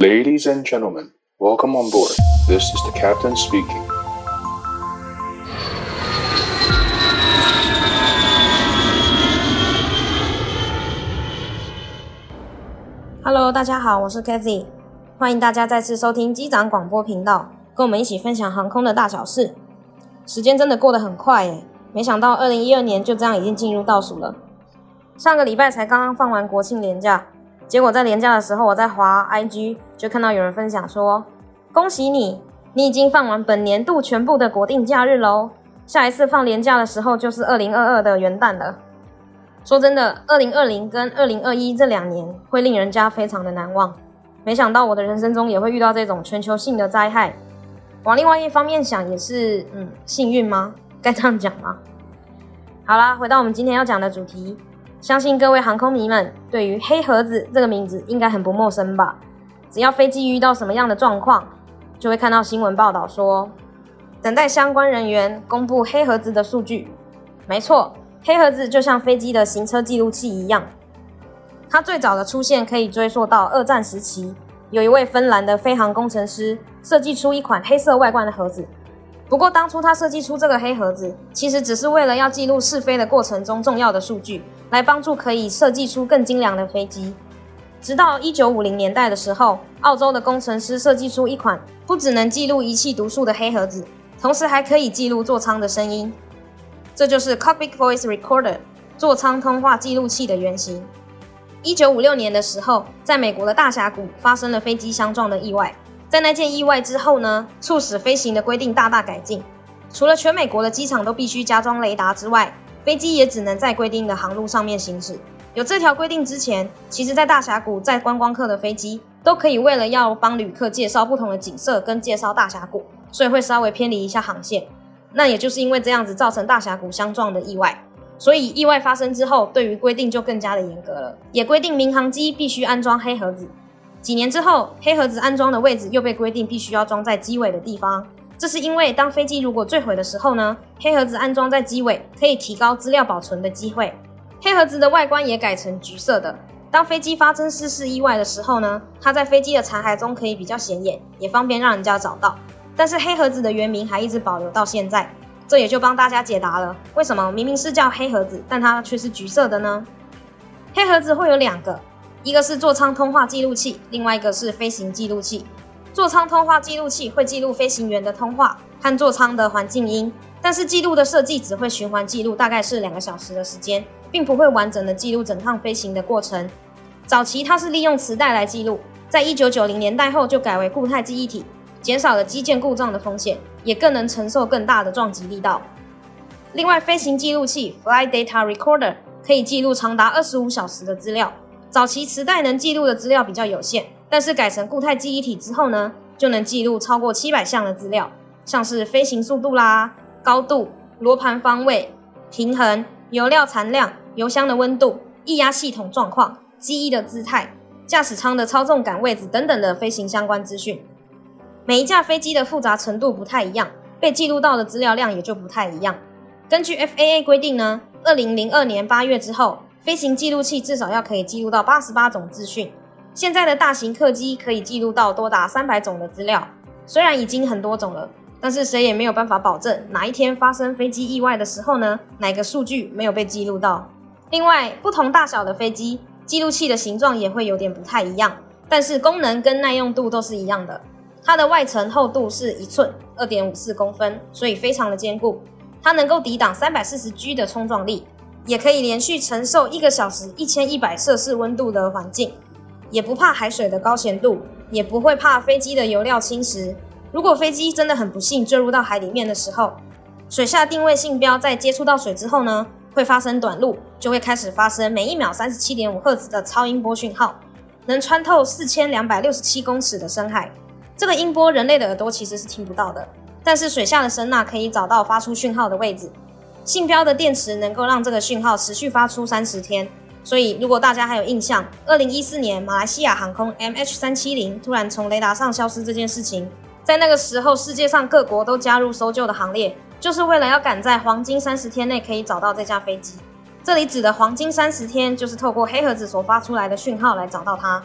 Ladies and gentlemen, welcome on board. This is the captain speaking. Hello， 大家好，我是 Cathy， 欢迎大家再次收听机长广播频道，跟我们一起分享航空的大小事。时间真的过得很快耶，没想到2012年就这样已经进入倒数了。上个礼拜才刚刚放完国庆连假，结果在连假的时候，我在滑 IG 就看到有人分享说，恭喜你已经放完本年度全部的国定假日咯，下一次放连假的时候就是2022的元旦了。说真的，2020跟2021这2年会令人家非常的难忘。没想到我的人生中也会遇到这种全球性的灾害。往另外一方面想，也是幸运吗？该这样讲吗？好啦，回到我们今天要讲的主题，相信各位航空迷们对于黑盒子这个名字应该很不陌生吧？只要飞机遇到什么样的状况，就会看到新闻报道说，等待相关人员公布黑盒子的数据。没错，黑盒子就像飞机的行车记录器一样，它最早的出现可以追溯到2战时期，有一位芬兰的飞航工程师设计出一款黑色外观的盒子。不过当初他设计出这个黑盒子，其实只是为了要记录试飞的过程中重要的数据，来帮助可以设计出更精良的飞机。直到1950年代的时候，澳洲的工程师设计出一款不只能记录仪器读数的黑盒子，同时还可以记录座舱的声音。这就是 Cockpit Voice Recorder 座舱通话记录器的原型。1956年的时候，在美国的大峡谷发生了飞机相撞的意外。在那件意外之后呢，促使飞行的规定大大改进。除了全美国的机场都必须加装雷达之外，飞机也只能在规定的航路上面行驶。有这条规定之前，其实在大峡谷载观光客的飞机都可以为了要帮旅客介绍不同的景色跟介绍大峡谷，所以会稍微偏离一下航线。那也就是因为这样子造成大峡谷相撞的意外，所以意外发生之后，对于规定就更加的严格了，也规定民航机必须安装黑盒子。几年之后，黑盒子安装的位置又被规定必须要装在机尾的地方。这是因为当飞机如果坠毁的时候呢，黑盒子安装在机尾可以提高资料保存的机会。黑盒子的外观也改成橘色的，当飞机发生失事意外的时候呢，它在飞机的残骸中可以比较显眼，也方便让人家找到。但是黑盒子的原名还一直保留到现在，这也就帮大家解答了为什么明明是叫黑盒子，但它却是橘色的呢？黑盒子会有2个，一个是座舱通话记录器，另外一个是飞行记录器。座舱通话记录器会记录飞行员的通话和座舱的环境音，但是记录的设计只会循环记录大概是2个小时的时间，并不会完整的记录整趟飞行的过程。早期它是利用磁带来记录，在1990年代后就改为固态记忆体，减少了机件故障的风险，也更能承受更大的撞击力道。另外，飞行记录器 Flight Data Recorder 可以记录长达25小时的资料。早期磁带能记录的资料比较有限，但是改成固态记忆体之后呢，就能记录超过700项的资料，像是飞行速度啦、高度、罗盘方位、平衡、油料残量、油箱的温度、液压系统状况、机翼的姿态、驾驶舱的操纵杆位置等等的飞行相关资讯。每一架飞机的复杂程度不太一样，被记录到的资料量也就不太一样。根据 FAA 规定呢，2002年8月之后，飞行记录器至少要可以记录到88种资讯。现在的大型客机可以记录到多达300种的资料，虽然已经很多种了，但是谁也没有办法保证哪一天发生飞机意外的时候呢，哪个数据没有被记录到。另外，不同大小的飞机，记录器的形状也会有点不太一样，但是功能跟耐用度都是一样的。它的外层厚度是1寸 2.54 公分，所以非常的坚固。它能够抵挡 340G 的冲撞力，也可以连续承受1个小时1100摄氏温度的环境，也不怕海水的高咸度，也不会怕飞机的油料侵蚀。如果飞机真的很不幸坠入到海里面的时候，水下定位信标在接触到水之后呢，会发生短路，就会开始发生每1秒 37.5 赫兹的超音波讯号，能穿透4267公尺的深海。这个音波人类的耳朵其实是听不到的，但是水下的声呐可以找到发出讯号的位置。信标的电池能够让这个讯号持续发出30天，所以如果大家还有印象，2014年马来西亚航空 MH370 突然从雷达上消失这件事情，在那个时候世界上各国都加入搜救的行列，就是为了要赶在黄金30天内可以找到这架飞机。这里指的黄金30天，就是透过黑盒子所发出来的讯号来找到它。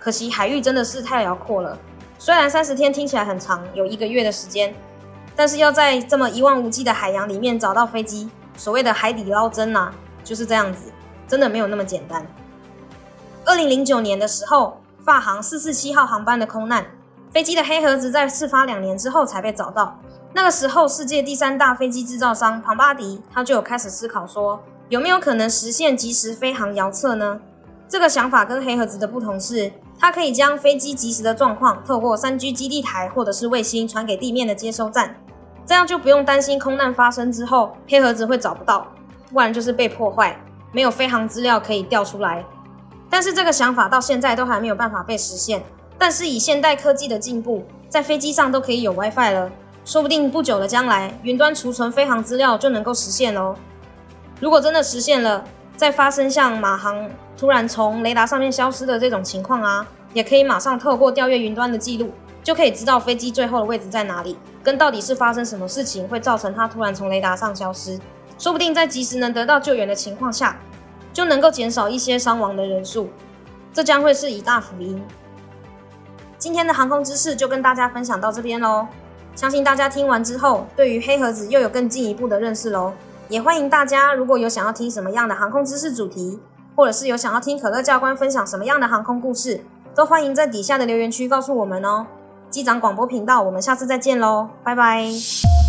可惜海域真的是太辽阔了，虽然30天听起来很长，有1个月的时间，但是要在这么一望无际的海洋里面找到飞机，所谓的海底捞针啊，就是这样子，真的没有那么简单。2009年的时候，法航447号航班的空难，飞机的黑盒子在事发2年之后才被找到。那个时候，世界第3大飞机制造商庞巴迪，他就有开始思考说，有没有可能实现即时飞航遥测呢？这个想法跟黑盒子的不同是，它可以将飞机即时的状况透过 3G 基地台或者是卫星传给地面的接收站，这样就不用担心空难发生之后黑盒子会找不到，不然就是被破坏，没有飞航资料可以调出来。但是这个想法到现在都还没有办法被实现。但是以现代科技的进步，在飞机上都可以有 WiFi 了，说不定不久的将来，云端储存飞航资料就能够实现咯。如果真的实现了，再发生像马航突然从雷达上面消失的这种情况啊，也可以马上透过调阅云端的记录，就可以知道飞机最后的位置在哪里，跟到底是发生什么事情会造成它突然从雷达上消失。说不定在及时能得到救援的情况下，就能够减少一些伤亡的人数，这将会是一大福音。今天的航空知识就跟大家分享到这边咯，相信大家听完之后，对于黑盒子又有更进一步的认识咯。也欢迎大家如果有想要听什么样的航空知识主题，或者是有想要听可乐教官分享什么样的航空故事，都欢迎在底下的留言区告诉我们哦。机长广播频道，我们下次再见咯，拜拜。